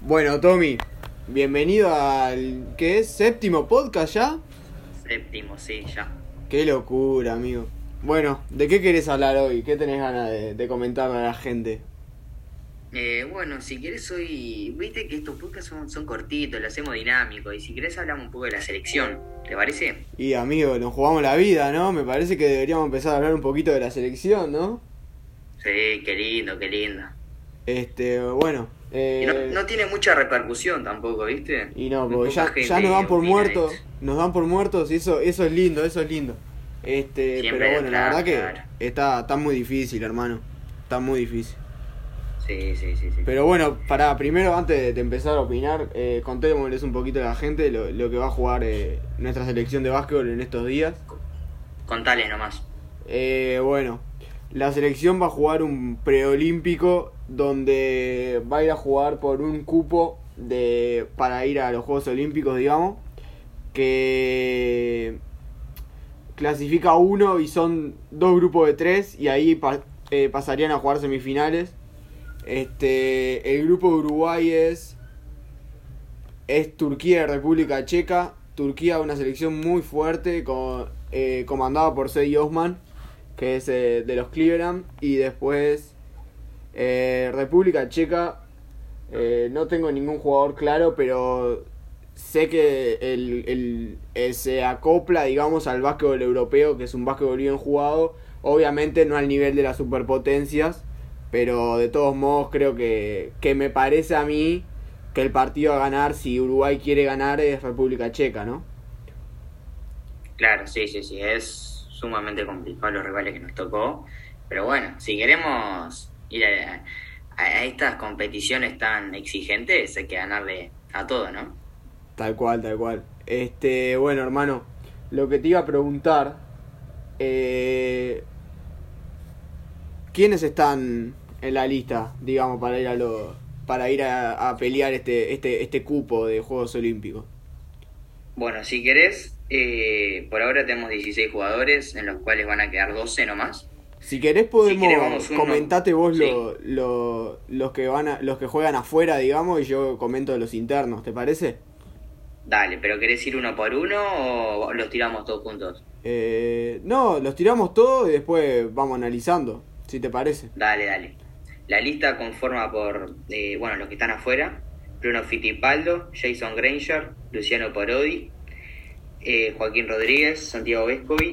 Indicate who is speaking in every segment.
Speaker 1: Bueno, Tommy, bienvenido al... ¿qué es? ¿Séptimo podcast ya?
Speaker 2: Séptimo, sí, ya.
Speaker 1: Qué locura, amigo. Bueno, ¿de qué querés hablar hoy? ¿Qué tenés ganas de comentarle a la gente?
Speaker 2: Bueno, si querés hoy, viste que estos podcasts son cortitos, lo hacemos dinámico, y si querés hablamos un poco de la selección, ¿te parece?
Speaker 1: Y amigo, nos jugamos la vida, ¿no? Me parece que deberíamos empezar a hablar un poquito de la selección, ¿no?
Speaker 2: Sí, qué lindo, qué lindo.
Speaker 1: Bueno.
Speaker 2: Y no tiene mucha repercusión tampoco, ¿viste?
Speaker 1: Y no,
Speaker 2: Muy
Speaker 1: porque
Speaker 2: poca
Speaker 1: ya
Speaker 2: gente
Speaker 1: nos dan por
Speaker 2: opina de
Speaker 1: muertos,
Speaker 2: esto.
Speaker 1: nos dan por muertos y eso es lindo, eso es lindo. Pero bueno, la verdad
Speaker 2: claro.
Speaker 1: que está muy difícil, hermano. Está muy difícil.
Speaker 2: Sí.
Speaker 1: Pero bueno, primero antes de empezar a opinar, contémosles un poquito a la gente lo que va a jugar nuestra selección de básquetbol en estos días.
Speaker 2: Contale nomás.
Speaker 1: Bueno, la selección va a jugar un preolímpico donde va a ir a jugar por un cupo para ir a los Juegos Olímpicos, digamos, que clasifica uno y son dos grupos de tres y ahí pasarían a jugar semifinales. El grupo de Uruguay es Turquía y República Checa. Turquía, una selección muy fuerte comandada por Sedi Osman, que es de los Cleveland. Y después República Checa, no tengo ningún jugador claro, pero sé que se acopla, digamos, al básquetbol europeo, que es un básquetbol bien jugado. Obviamente no al nivel de las superpotencias, pero de todos modos creo que me parece a mí que el partido a ganar, si Uruguay quiere ganar, es República Checa, ¿no?
Speaker 2: Claro, sí, es sumamente complicado los rivales que nos tocó, pero bueno, si queremos ir a estas competiciones tan exigentes, hay que ganarle a todo, ¿no?
Speaker 1: Tal cual. Bueno, hermano, lo que te iba a preguntar, ¿quiénes están en la lista, digamos, para ir a pelear este cupo de Juegos Olímpicos?
Speaker 2: Bueno, si querés, por ahora tenemos 16 jugadores, en los cuales van a quedar 12 nomás.
Speaker 1: Si querés podemos comentate vos
Speaker 2: sí.
Speaker 1: los que juegan afuera, digamos, y yo comento los internos, ¿te parece?
Speaker 2: Dale, pero ¿querés ir uno por uno o los tiramos todos juntos?
Speaker 1: No, los tiramos todos y después vamos analizando, si te parece.
Speaker 2: Dale. La lista conforma por, los que están afuera: Bruno Fittipaldo, Jason Granger, Luciano Parodi, Joaquín Rodríguez, Santiago Vescovi,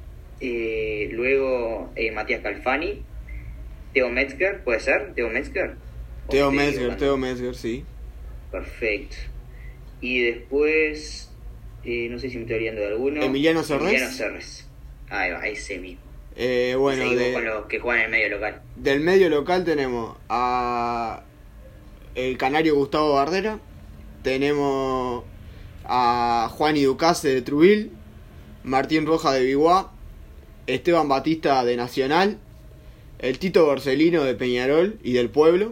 Speaker 2: luego Matías Calfani, Theo Metzger, ¿puede ser? ¿Theo Metzger?
Speaker 1: Theo Metzger, sí.
Speaker 2: Perfecto. Y después, no sé si me estoy olvidando de alguno.
Speaker 1: Emiliano Serres.
Speaker 2: Ahí va, ese mismo.
Speaker 1: Bueno,
Speaker 2: seguimos con los que juegan en el medio local.
Speaker 1: Del medio local tenemos a el canario Gustavo Bardera, tenemos a Juan Ducase de Trubil, Martín Roja de Biguá, Esteban Batista de Nacional, el Tito Borsellino de Peñarol y del Pueblo,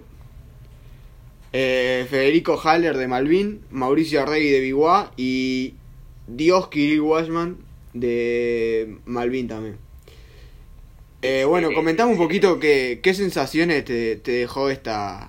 Speaker 1: Federico Haller de Malvin, Mauricio Arregui de Biguá y Dios Kirill Washman de Malvin también. Bueno, comentame un poquito qué sensaciones te dejó esta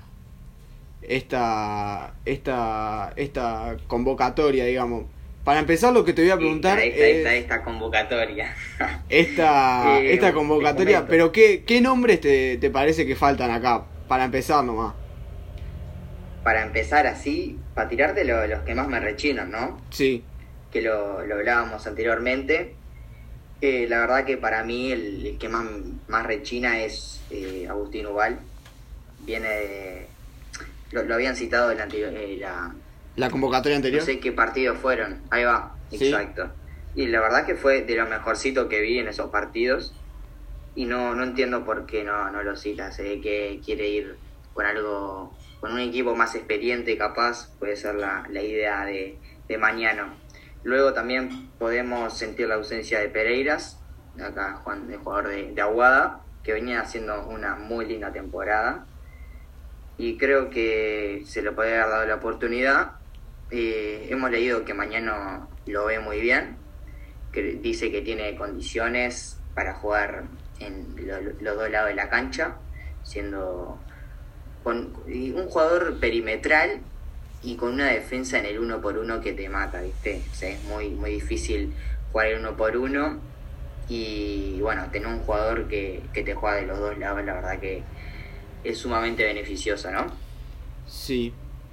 Speaker 1: convocatoria, digamos. Para empezar, lo que te voy a preguntar
Speaker 2: esta convocatoria.
Speaker 1: Esta convocatoria, pero ¿qué nombres te parece que faltan acá? Para empezar nomás.
Speaker 2: Para empezar así, para tirarte los que más me rechinan, ¿no?
Speaker 1: Sí.
Speaker 2: Que lo hablábamos anteriormente. La verdad que para mí el que más rechina es Agustín Ubal. Viene de... Lo habían citado en
Speaker 1: la convocatoria anterior.
Speaker 2: No sé qué partidos fueron. Ahí va, ¿sí? Exacto. Y la verdad que fue de lo mejorcito que vi en esos partidos. Y no entiendo por qué no lo cita. Se ve que quiere ir con un equipo más experiente, capaz. Puede ser la idea de mañana. Luego también podemos sentir la ausencia de Pereiras, acá el jugador de Aguada, que venía haciendo una muy linda temporada. Y creo que se le puede haber dado la oportunidad. Hemos leído que mañana lo ve muy bien, que dice que tiene condiciones para jugar en los dos lados de la cancha, siendo un jugador perimetral y con una defensa en el 1-por-1 que te mata, ¿viste? O sea, es muy, muy difícil jugar el 1-por-1 y bueno, tener un jugador que te juega de los dos lados, la verdad que es sumamente beneficioso, ¿no?
Speaker 1: Sí.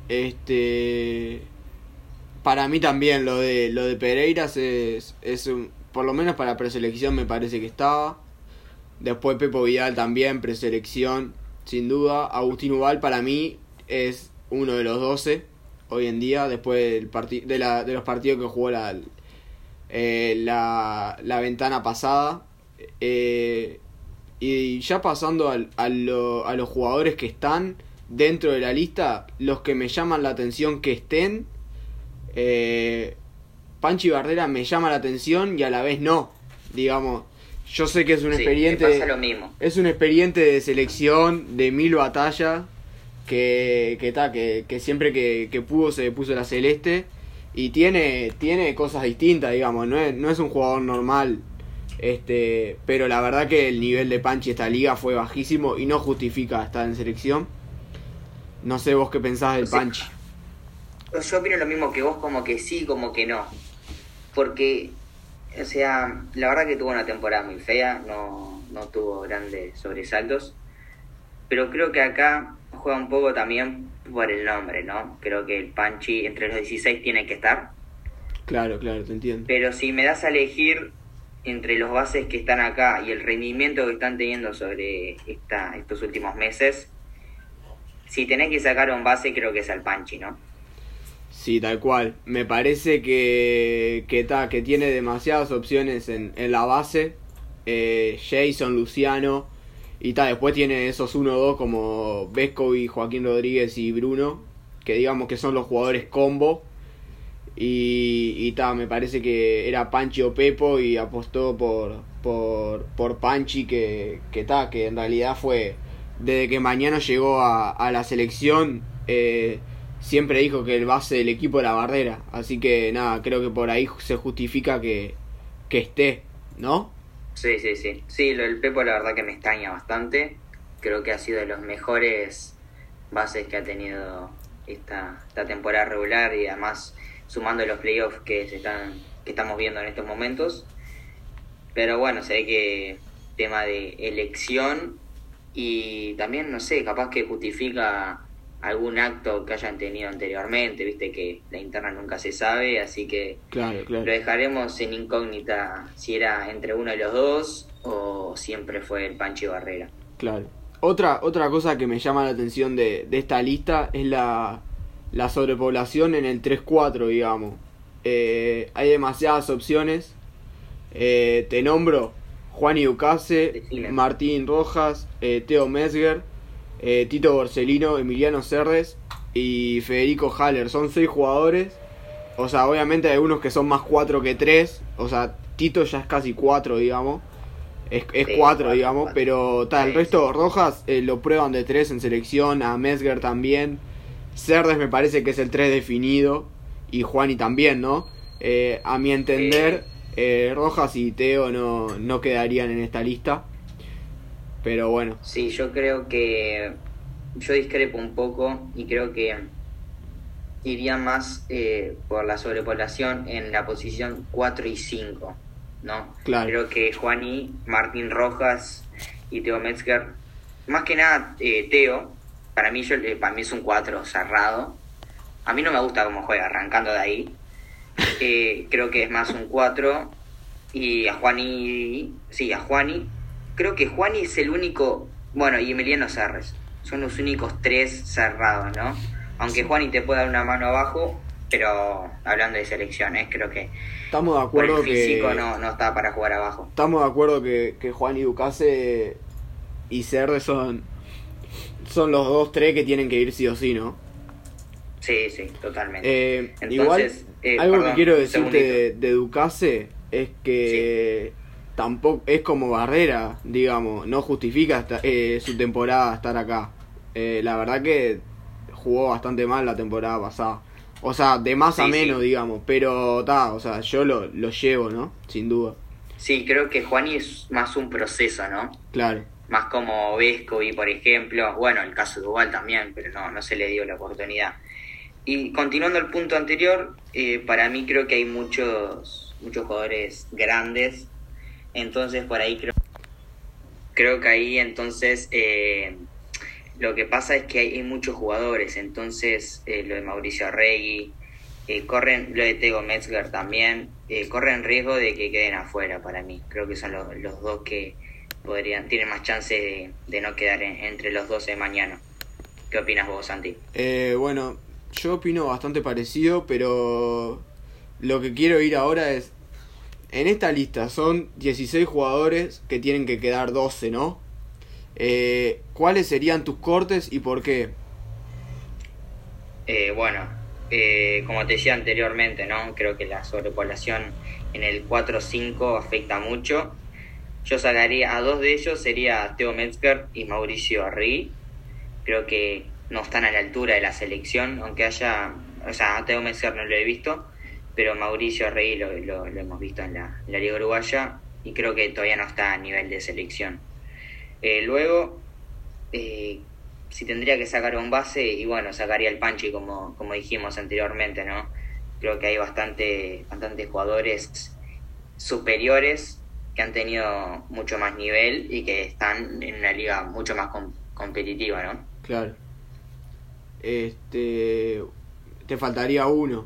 Speaker 1: Para mí también lo de Pereiras es por lo menos para preselección me parece que estaba. Después Pepo Vidal también, preselección, sin duda. Agustín Ubal para mí es uno de los 12 hoy en día, después de los partidos que jugó la ventana pasada. Y ya pasando a los jugadores que están dentro de la lista, los que me llaman la atención que estén, Panchi Barrera me llama la atención y a la vez no, digamos. Yo sé que es un expediente,
Speaker 2: pasa lo mismo.
Speaker 1: Es un expediente de selección de 1000 batallas que siempre que pudo se puso la celeste y tiene cosas distintas, digamos, no es un jugador normal, pero la verdad que el nivel de Panchi esta liga fue bajísimo y no justifica estar en selección. No sé vos qué pensás del Panchi.
Speaker 2: Yo opino lo mismo que vos, como que sí, como que no. Porque, o sea, la verdad que tuvo una temporada muy fea, no tuvo grandes sobresaltos. Pero creo que acá juega un poco también por el nombre, ¿no? Creo que el Panchi entre los 16 tiene que estar.
Speaker 1: Claro, te entiendo.
Speaker 2: Pero si me das a elegir entre los bases que están acá y el rendimiento que están teniendo sobre estos últimos meses, si tenés que sacar un base, creo que es al Panchi, ¿no?
Speaker 1: Sí, tal cual. Me parece que tiene demasiadas opciones en la base. Jason, Luciano. Y después tiene esos 1-2 como Vescovi, Joaquín Rodríguez y Bruno, que digamos que son los jugadores combo. Y me parece que era Panchi o Pepo y apostó por Panchi, que en realidad fue, desde que mañana llegó a la selección, siempre dijo que el base del equipo era Barrera. Así que nada, creo que por ahí se justifica que esté, ¿no?
Speaker 2: Sí. Sí, lo del Pepo la verdad que me extraña bastante. Creo que ha sido de los mejores bases que ha tenido esta temporada regular y además sumando los playoffs que estamos viendo en estos momentos. Pero bueno, se ve que tema de elección y también, no sé, capaz que justifica algún acto que hayan tenido anteriormente, viste que la interna nunca se sabe, así que
Speaker 1: claro.
Speaker 2: Lo dejaremos en incógnita si era entre uno de los dos o siempre fue el Panchi Barrera.
Speaker 1: Claro. Otra cosa que me llama la atención de esta lista es la sobrepoblación en el 3-4, digamos. Hay demasiadas opciones. Te nombro Juan Ducase, Martín Rojas, Teo Metzger, Tito Borsellino, Emiliano Cerdes y Federico Haller. Son 6 jugadores. O sea, obviamente hay unos que son más 4 que 3. O sea, Tito ya es casi 4, digamos. Es 4, digamos. 4. Pero el resto, Rojas lo prueban de 3 en selección. A Metzger también. Cerdes me parece que es el 3 definido. Y Juani también, ¿no? A mi entender, Rojas y Teo no quedarían en esta lista. Pero bueno.
Speaker 2: Sí, yo creo que yo discrepo un poco y creo que iría más por la sobrepoblación en la posición 4 y 5, ¿no?
Speaker 1: Claro.
Speaker 2: Creo que Juani, Martín Rojas y Teo Metzger, más que nada Teo, para mí es un 4 cerrado. A mí no me gusta cómo juega arrancando de ahí. Creo que es más un 4 y a Juani, creo que Juani es el único, bueno, y Emiliano Cerres, son los únicos 3 cerrados, ¿no? Aunque Juani te puede dar una mano abajo, pero hablando de selecciones, creo que
Speaker 1: estamos de acuerdo
Speaker 2: por el físico no está para jugar abajo.
Speaker 1: Estamos de acuerdo que Juan y Ducase y Cerres son los 2-3 que tienen que ir sí o sí, ¿no?
Speaker 2: Sí, totalmente. Entonces,
Speaker 1: igual, algo que quiero decirte de Ducase es que tampoco es como Barrera, digamos, no justifica su temporada estar acá. La verdad que jugó bastante mal la temporada pasada. O sea, de más a menos, digamos, pero o sea, yo lo llevo, ¿no? Sin duda.
Speaker 2: Sí, creo que Juani es más un proceso, ¿no?
Speaker 1: Claro.
Speaker 2: Más como Vescovi, por ejemplo. Bueno, el caso de Ubal también, pero no se le dio la oportunidad. Y continuando el punto anterior, para mí creo que hay muchos jugadores grandes, entonces por ahí creo que ahí entonces lo que pasa es que hay muchos jugadores, entonces lo de Mauricio Arregui, lo de Theo Metzger también, corren riesgo de que queden afuera para mí. Creo que son los dos que tienen más chance de no quedar entre los 12 de mañana. ¿Qué opinas vos, Santi?
Speaker 1: Bueno, yo opino bastante parecido, pero lo que quiero ir ahora es, en esta lista son 16 jugadores que tienen que quedar 12, ¿no? ¿Cuáles serían tus cortes y por qué?
Speaker 2: Como te decía anteriormente, ¿no? Creo que la sobrepoblación en el 4-5 afecta mucho. Yo sacaría a dos de ellos, sería Theo Metzger y Mauricio Arregui. Creo que no están a la altura de la selección, aunque haya... O sea, a Theo Metzger no lo he visto, pero Mauricio Arregui lo hemos visto en la Liga Uruguaya y creo que todavía no está a nivel de selección. Luego, si tendría que sacar un base, y bueno, sacaría el Panchi como dijimos anteriormente, ¿no? Creo que hay bastantes jugadores superiores que han tenido mucho más nivel y que están en una liga mucho más competitiva, ¿no?
Speaker 1: Claro. Te faltaría uno.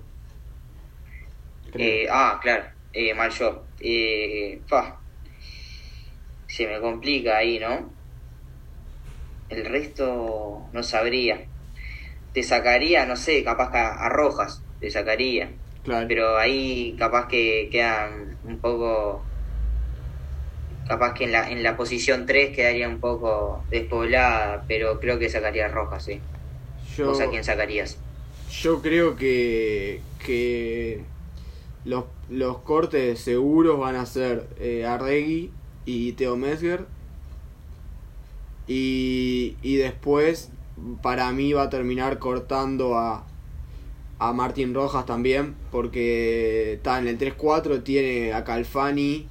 Speaker 2: Claro, mal yo. Se me complica ahí, ¿no? El resto no sabría. Te sacaría, no sé, capaz que a Rojas te sacaría.
Speaker 1: Claro.
Speaker 2: Pero ahí capaz que quedan un poco... Capaz que en la posición 3 quedaría un poco despoblada, pero creo que sacaría a Rojas, sí. ¿Vos a quién sacarías?
Speaker 1: Yo creo que los cortes seguros van a ser Arregui y Theo Metzger. Y después, para mí, va a terminar cortando a Martín Rojas también, porque está en el 3-4, tiene a Calfani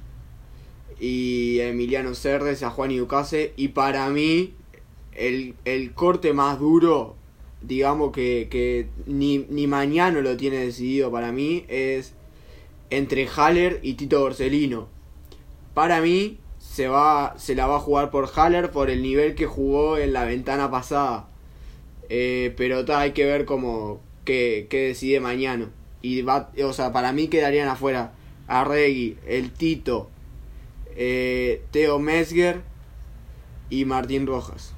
Speaker 1: y a Emiliano Cerdes, a Juan Ducase, y para mí, el corte más duro, digamos que ni mañana lo tiene decidido para mí, es entre Haller y Tito Borsellino. Para mí se la va a jugar por Haller por el nivel que jugó en la ventana pasada, pero hay que ver qué decide mañana. Y para mí quedarían afuera Arregui, el Tito, Theo Metzger y Martín Rojas.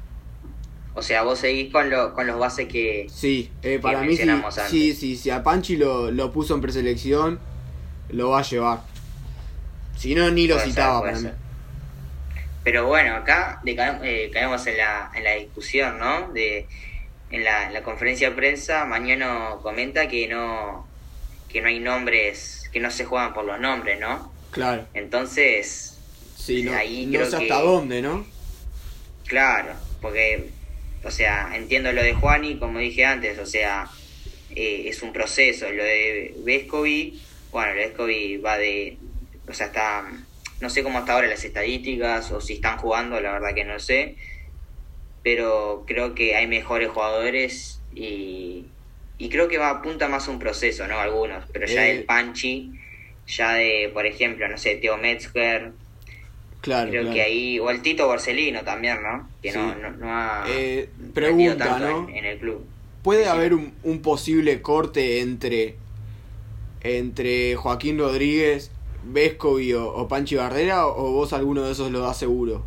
Speaker 2: O sea, vos seguís con los bases que...
Speaker 1: Sí, para mí sí, a Panchi lo puso en preselección, lo va a llevar. Si no, ni lo citaba para mí.
Speaker 2: Pero bueno, acá caemos en la discusión, ¿no? En la conferencia de prensa, Mañano comenta que no hay nombres, que no se juegan por los nombres, ¿no?
Speaker 1: Claro.
Speaker 2: Entonces,
Speaker 1: sí,
Speaker 2: ahí
Speaker 1: no
Speaker 2: creo
Speaker 1: sé
Speaker 2: que...
Speaker 1: hasta dónde, ¿no?
Speaker 2: Claro, porque, o sea, entiendo lo de Juani, como dije antes, o sea, es un proceso. Lo de Vescovi, bueno, lo de Vescovi va de... O sea, está... No sé cómo hasta ahora las estadísticas o si están jugando, la verdad que no sé. Pero creo que hay mejores jugadores y creo que apunta más a un proceso, ¿no? Algunos, pero ya el Panchi, ya de, por ejemplo, no sé, Theo Metzger,
Speaker 1: claro,
Speaker 2: creo que ahí, o el Tito Borsellino también, ¿no? Que sí. no ha
Speaker 1: pregunta,
Speaker 2: tanto
Speaker 1: ¿no?
Speaker 2: en el club.
Speaker 1: ¿Puede haber un posible corte entre Joaquín Rodríguez, Vescovi o Panchi Barrera, o vos alguno de esos lo das seguro?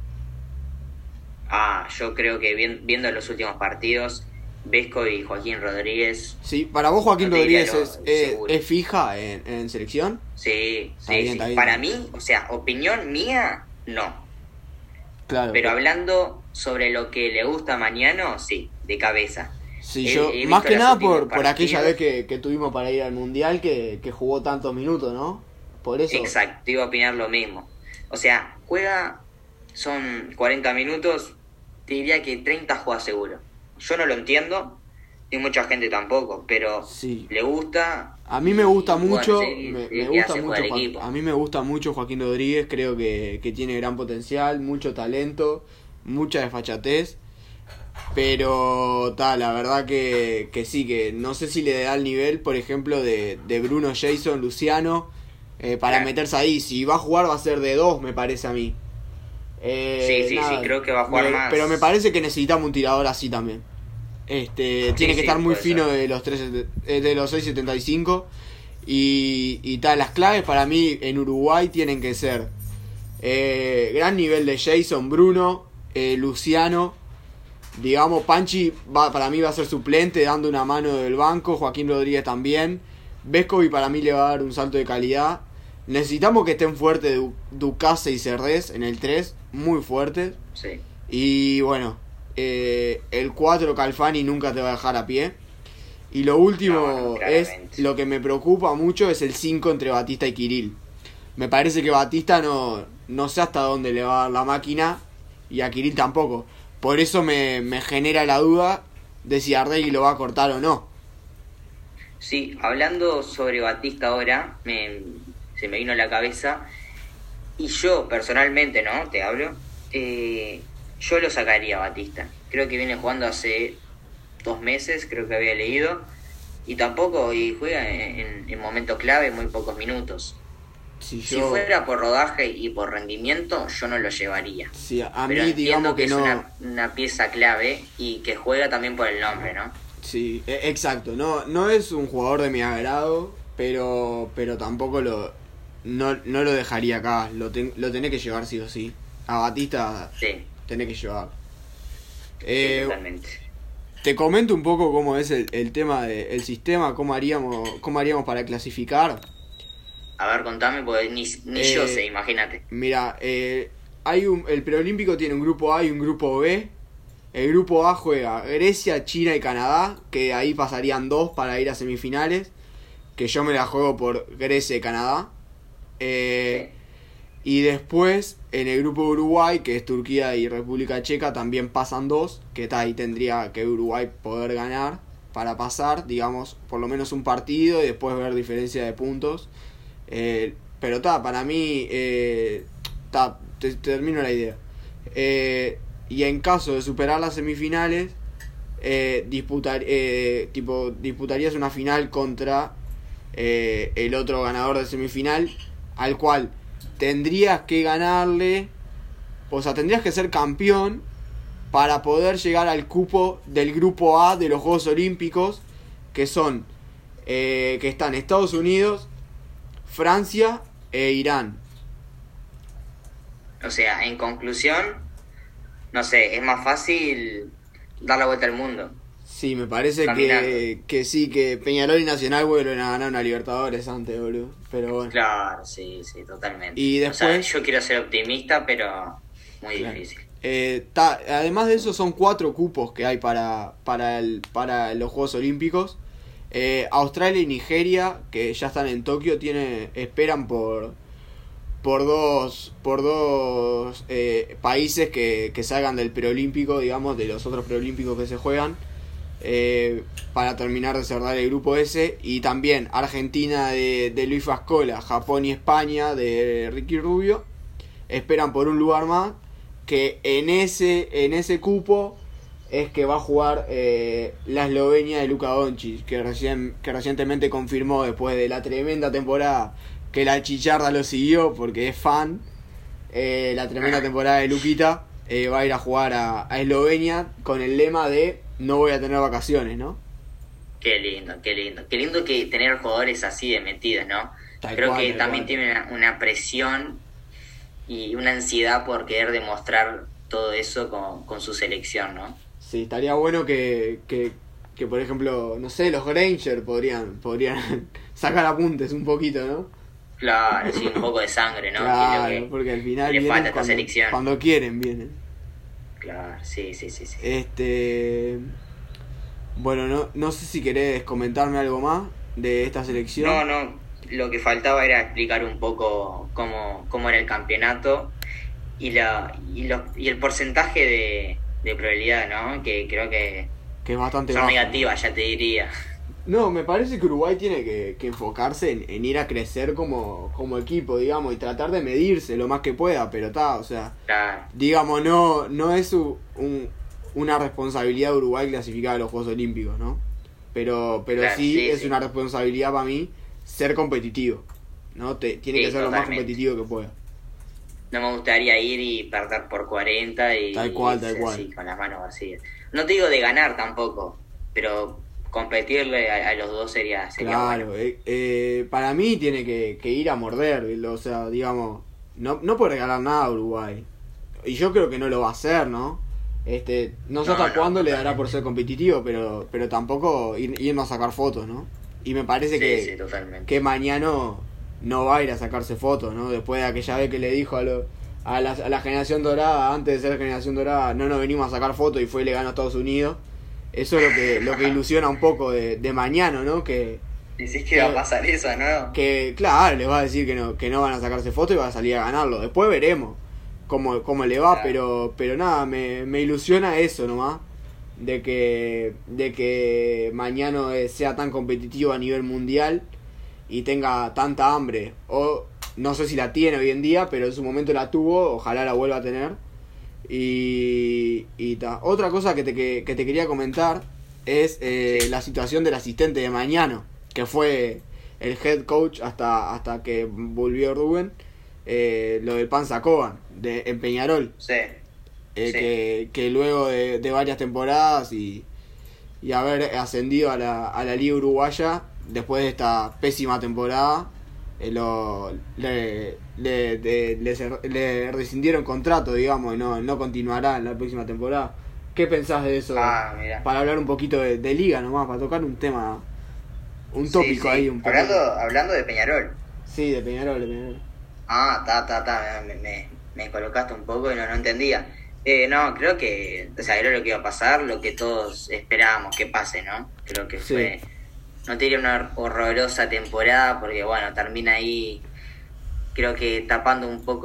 Speaker 2: Yo creo que viendo los últimos partidos, Vescovi y Joaquín Rodríguez...
Speaker 1: Sí, ¿para vos Joaquín Rodríguez es fija en selección?
Speaker 2: Sí,
Speaker 1: bien.
Speaker 2: Para mí, o sea, opinión mía, no.
Speaker 1: Claro.
Speaker 2: Pero hablando sobre lo que le gusta a Mañano, sí, de cabeza.
Speaker 1: Sí, yo más que nada por aquella vez que tuvimos para ir al Mundial, que jugó tantos minutos, ¿no? Por eso.
Speaker 2: Exacto, iba a opinar lo mismo. O sea, son 40 minutos, te diría que 30 juega seguro. Yo no lo entiendo, y mucha gente tampoco, pero sí. Le gusta.
Speaker 1: A mí me gusta mucho,
Speaker 2: a
Speaker 1: mí me gusta mucho Joaquín Rodríguez, creo que tiene gran potencial, mucho talento, mucha desfachatez. Pero la verdad que sí, que no sé si le da el nivel, por ejemplo, de Bruno, Jason, Luciano, para meterse ahí. Si va a jugar va a ser de 2, me parece a mí.
Speaker 2: Sí, creo que va a jugar más.
Speaker 1: Pero me parece que necesitamos un tirador así también. Tiene que estar muy fino de los 6.75. Y las claves para mí en Uruguay tienen que ser gran nivel de Jason, Bruno, Luciano. Digamos, Panchi para mí va a ser suplente, dando una mano del banco. Joaquín Rodríguez también. Vescovi para mí le va a dar un salto de calidad. Necesitamos que estén fuertes Ducase y Cerdés en el 3, muy fuertes.
Speaker 2: Sí.
Speaker 1: Y bueno, el 4 Calfani nunca te va a dejar a pie. Y lo último lo que me preocupa mucho es el 5 entre Batista y Kirill. Me parece que Batista no sé hasta dónde le va a dar la máquina y a Kirill tampoco. Por eso me genera la duda de si Arregui lo va a cortar o no.
Speaker 2: Sí, hablando sobre Batista ahora, se me vino a la cabeza. Y yo, personalmente, ¿no? Te hablo. Yo lo sacaría a Batista. Creo que viene jugando hace 2 meses, creo que había leído. Y juega en momentos clave, muy pocos minutos. Si fuera por rodaje y por rendimiento, yo no lo llevaría.
Speaker 1: Sí, a
Speaker 2: pero
Speaker 1: mí digamos que
Speaker 2: es
Speaker 1: no.
Speaker 2: Una pieza clave y que juega también por el nombre, ¿no?
Speaker 1: Sí, exacto. No es un jugador de mi agrado, pero tampoco no lo dejaría acá. Lo tenés que llevar sí o sí. A Batista tenés que llevar.
Speaker 2: Sí, totalmente.
Speaker 1: Te comento un poco cómo es el tema del sistema, cómo haríamos para clasificar.
Speaker 2: A ver, contame, porque ni yo sé, imagínate.
Speaker 1: Mira, el preolímpico tiene un grupo A y un grupo B. El grupo A juega Grecia, China y Canadá, que ahí pasarían 2 para ir a semifinales. Que yo me la juego por Grecia y Canadá. Y después, en el grupo de Uruguay, que es Turquía y República Checa, también pasan 2. Que ahí tendría que Uruguay poder ganar para pasar, digamos, por lo menos un partido y después ver diferencia de puntos. Pero para mí, te termino la idea. Y en caso de superar las semifinales, disputarías una final contra el otro ganador de semifinal, al cual tendrías que ganarle, o sea, tendrías que ser campeón para poder llegar al cupo del grupo A de los Juegos Olímpicos, que están Estados Unidos, Francia e Irán.
Speaker 2: O sea, en conclusión, no sé, es más fácil dar la vuelta al mundo.
Speaker 1: Sí, me parece que sí, que Peñarol y Nacional vuelven a ganar una Libertadores antes, boludo. Pero bueno.
Speaker 2: Claro, sí, totalmente.
Speaker 1: Y después,
Speaker 2: o sea, yo quiero ser optimista, pero muy difícil.
Speaker 1: Además de eso, son 4 cupos que hay para los Juegos Olímpicos. Australia y Nigeria, que ya están en Tokio, esperan por dos países que salgan del preolímpico, digamos, de los otros preolímpicos que se juegan, para terminar de cerrar el grupo ese. Y también Argentina de Luis Fascola, Japón y España de Ricky Rubio esperan por un lugar más, que en ese cupo es que va a jugar la Eslovenia de Luka Doncic, que recientemente confirmó, después de la tremenda temporada que la chicharra lo siguió porque es fan, la tremenda temporada de Luquita, va a ir a jugar a Eslovenia con el lema de no voy a tener vacaciones, ¿no?
Speaker 2: Qué lindo que tener jugadores así de metidos, ¿no? Creo que también tiene una presión y una ansiedad por querer demostrar todo eso con su selección, ¿no?
Speaker 1: Sí, estaría bueno que por ejemplo, no sé, los Granger podrían sacar apuntes un poquito, ¿no?
Speaker 2: Claro, sí, un poco de sangre, ¿no?
Speaker 1: Claro, porque al final
Speaker 2: le falta a esta selección.
Speaker 1: Cuando quieren vienen.
Speaker 2: Claro, sí.
Speaker 1: Bueno, no sé si querés comentarme algo más de esta selección.
Speaker 2: No, lo que faltaba era explicar un poco cómo era el campeonato y el porcentaje de probabilidad, ¿no? Que creo que
Speaker 1: es bastante
Speaker 2: son
Speaker 1: bajo,
Speaker 2: negativas, ya te diría.
Speaker 1: No, me parece que Uruguay tiene que enfocarse en ir a crecer como equipo, digamos, y tratar de medirse lo más que pueda, pero o sea,
Speaker 2: claro.
Speaker 1: Digamos, no es un una responsabilidad de Uruguay clasificar a los Juegos Olímpicos, ¿no? Pero
Speaker 2: Claro,
Speaker 1: sí es
Speaker 2: sí.
Speaker 1: una responsabilidad para mí ser competitivo, ¿no? Tiene
Speaker 2: Sí,
Speaker 1: que ser lo más
Speaker 2: totalmente.
Speaker 1: competitivo que pueda.
Speaker 2: No me gustaría ir y perder por 40 y
Speaker 1: Tal cual,
Speaker 2: irse
Speaker 1: tal cual.
Speaker 2: así, con las manos vacías. No te digo de ganar tampoco, pero competirle a los dos sería
Speaker 1: Claro,
Speaker 2: bueno.
Speaker 1: para mí tiene que ir a morder, o sea, digamos, no puede regalar nada a Uruguay. Y yo creo que no lo va a hacer, ¿no? No sé
Speaker 2: No,
Speaker 1: hasta
Speaker 2: no,
Speaker 1: cuándo le dará
Speaker 2: totalmente.
Speaker 1: por ser competitivo, pero tampoco irnos a sacar fotos, ¿no? Y me parece
Speaker 2: Sí, totalmente.
Speaker 1: que mañana no va a ir a sacarse fotos, ¿no? Después de aquella vez que le dijo a la generación dorada, antes de ser generación dorada, no nos venimos a sacar fotos y fue y le ganó a Estados Unidos. Eso es lo que ilusiona un poco de mañana, ¿no?
Speaker 2: Decís que va a pasar eso, ¿no?
Speaker 1: Que claro, les va a decir que no van a sacarse fotos y va a salir a ganarlo. Después veremos cómo le va,
Speaker 2: Claro.
Speaker 1: pero nada, me ilusiona eso nomás. De que mañana sea tan competitivo a nivel mundial y tenga tanta hambre. O no sé si la tiene hoy en día, pero en su momento la tuvo, ojalá la vuelva a tener. Y ta. Otra cosa que te quería comentar es
Speaker 2: Sí.
Speaker 1: la situación del asistente de Mañano, que fue el head coach hasta que volvió Rubén, lo del Panza Coban, en Peñarol,
Speaker 2: Sí. Sí.
Speaker 1: que luego de varias temporadas y haber ascendido a la Liga Uruguaya, después de esta pésima temporada, le rescindieron contrato, digamos, y no continuará en la próxima temporada. ¿Qué pensás de eso?
Speaker 2: Mira.
Speaker 1: Para hablar un poquito de liga nomás, para tocar un tema, un tópico ahí un poco.
Speaker 2: Hablando de Peñarol.
Speaker 1: Sí, de Peñarol, de Peñarol.
Speaker 2: Me colocaste un poco y no entendía. No, creo que, o sea, era lo que iba a pasar, lo que todos esperábamos que pase, ¿no? Creo que
Speaker 1: Sí.
Speaker 2: fue, no tiene una horrorosa temporada porque, bueno, termina ahí, creo que tapando un poco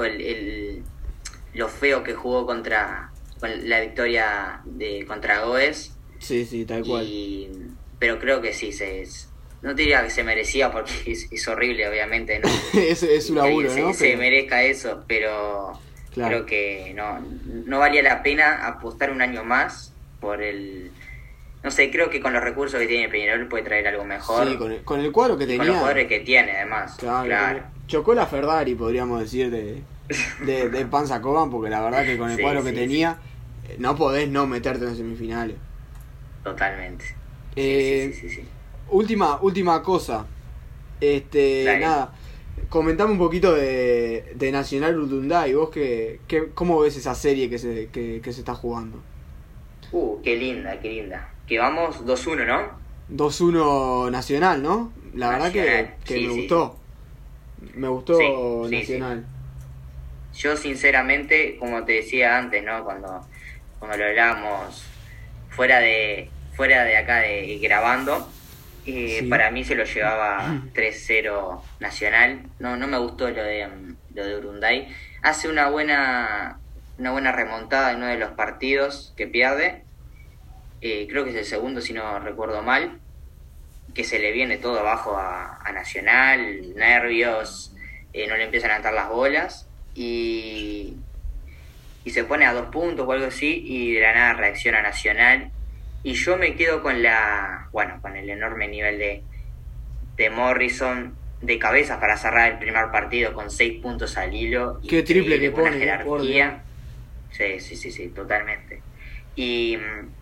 Speaker 2: lo feo que jugó con la victoria contra Goes.
Speaker 1: Sí, tal cual.
Speaker 2: Pero creo que sí, no te diría que se merecía porque es horrible, obviamente, ¿no?
Speaker 1: es su
Speaker 2: Y que
Speaker 1: laburo,
Speaker 2: alguien
Speaker 1: ¿no?
Speaker 2: se merezca eso, pero
Speaker 1: Claro.
Speaker 2: creo que no valía la pena apostar un año más por no sé, creo que con los recursos que tiene Peñarol puede traer algo mejor.
Speaker 1: Sí, con el cuadro que
Speaker 2: y
Speaker 1: tenía.
Speaker 2: con los jugadores que tiene, además. Claro.
Speaker 1: Chocó la Ferrari, podríamos decir, de Panza Coban, porque la verdad que con el
Speaker 2: Sí,
Speaker 1: cuadro que
Speaker 2: sí,
Speaker 1: tenía, no podés no meterte en semifinales.
Speaker 2: Totalmente. Sí.
Speaker 1: Última cosa.
Speaker 2: Dale.
Speaker 1: Nada, comentame un poquito de Nacional Urunday. ¿Vos cómo ves esa serie que se está jugando?
Speaker 2: Qué linda. Que vamos 2-1, ¿no?
Speaker 1: 2-1 Nacional, ¿no? La verdad
Speaker 2: Nacional,
Speaker 1: que
Speaker 2: sí,
Speaker 1: me
Speaker 2: sí.
Speaker 1: gustó. Me gustó
Speaker 2: Sí,
Speaker 1: Nacional.
Speaker 2: Yo sinceramente, como te decía antes, ¿no? Cuando lo hablábamos fuera de acá grabando,
Speaker 1: Sí.
Speaker 2: para mí se lo llevaba 3-0 Nacional. No me gustó lo de Urunday. Hace una buena remontada en uno de los partidos que pierde. Creo que es el segundo, si no recuerdo mal, que se le viene todo abajo a Nacional, nervios, no le empiezan a entrar las bolas y se pone a 2 puntos o algo así y de la nada reacciona Nacional y yo me quedo con con el enorme nivel de Morrison de cabezas para cerrar el primer partido con 6 puntos al hilo.
Speaker 1: Qué triple que
Speaker 2: con una
Speaker 1: pone,
Speaker 2: jerarquía. Sí, totalmente. Y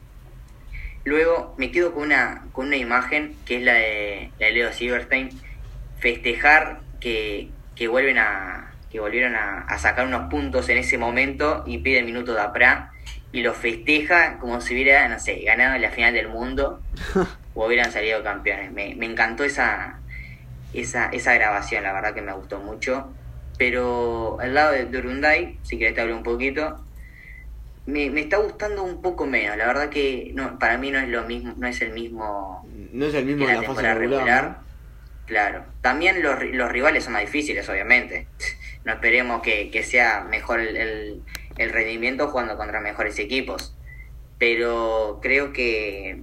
Speaker 2: luego me quedo con una imagen que es la de Leo Silverstein, festejar que volvieron a sacar unos puntos en ese momento y pide el minuto de Aprá y lo festeja como si hubiera, no sé, ganado la final del mundo o hubieran salido campeones. Me encantó esa grabación, la verdad que me gustó mucho. Pero al lado de Urunday, si querés te hablo un poquito, me está gustando un poco menos. La verdad que para mí no es lo mismo, no es el mismo
Speaker 1: No es el mismo
Speaker 2: que
Speaker 1: de
Speaker 2: la
Speaker 1: la fase
Speaker 2: temporada regular.
Speaker 1: regular.
Speaker 2: Claro. También los rivales son más difíciles, obviamente. No esperemos que sea mejor el rendimiento jugando contra mejores equipos. Pero creo que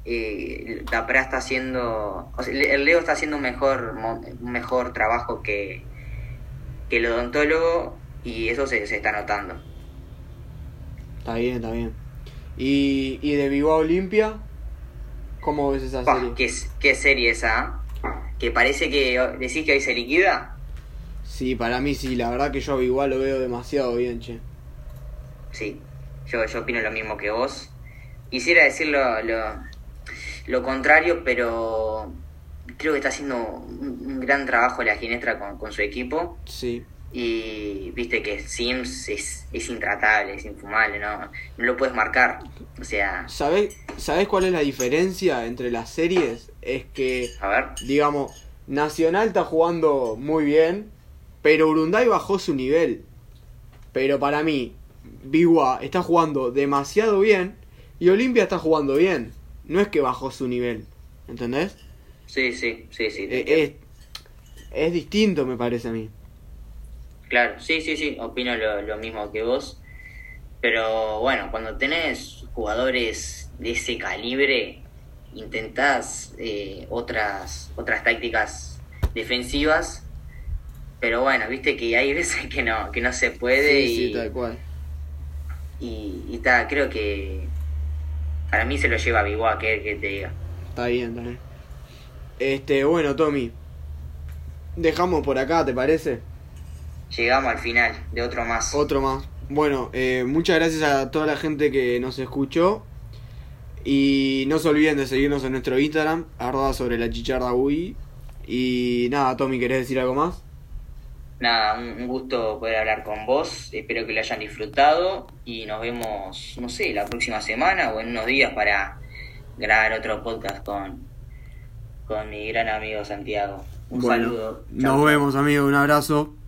Speaker 2: Daprá está haciendo... O sea, el Leo está haciendo un mejor trabajo que el odontólogo y eso se está notando.
Speaker 1: Está bien. Y de Vigo a Olimpia, ¿cómo ves esa serie?
Speaker 2: ¿Qué serie esa? Que parece que decís que hoy se liquida.
Speaker 1: Sí, para mí sí, la verdad que yo a Vigo lo veo demasiado bien, che.
Speaker 2: Sí, yo opino lo mismo que vos. Quisiera decir lo contrario, pero creo que está haciendo un gran trabajo la Ginestra con su equipo.
Speaker 1: Sí.
Speaker 2: Y viste que Sims es intratable, es infumable, no lo puedes marcar. O sea,
Speaker 1: ¿Sabés cuál es la diferencia entre las series? Es que,
Speaker 2: a ver,
Speaker 1: digamos, Nacional está jugando muy bien, pero Urunday bajó su nivel. Pero para mí, Bigua está jugando demasiado bien y Olimpia está jugando bien. No es que bajó su nivel, ¿entendés?
Speaker 2: sí.
Speaker 1: Es distinto, me parece a mí.
Speaker 2: Claro, sí, opino lo mismo que vos. Pero bueno, cuando tenés jugadores de ese calibre, intentás otras tácticas defensivas. Pero bueno, viste que hay veces que no se puede.
Speaker 1: Sí, tal cual.
Speaker 2: Y creo que para mí se lo lleva a Biguá, que te diga.
Speaker 1: Está bien. Bueno, Tommy, dejamos por acá, ¿te parece?
Speaker 2: Llegamos al final de otro más.
Speaker 1: Otro más. Bueno, muchas gracias a toda la gente que nos escuchó. Y no se olviden de seguirnos en nuestro Instagram, @sobrelachichardaui. Y nada, Tommy, ¿querés decir algo más?
Speaker 2: Nada, un gusto poder hablar con vos. Espero que lo hayan disfrutado. Y nos vemos, no sé, la próxima semana o en unos días para grabar otro podcast con mi gran amigo Santiago. Un saludo.
Speaker 1: Nos vemos, amigo. Un abrazo.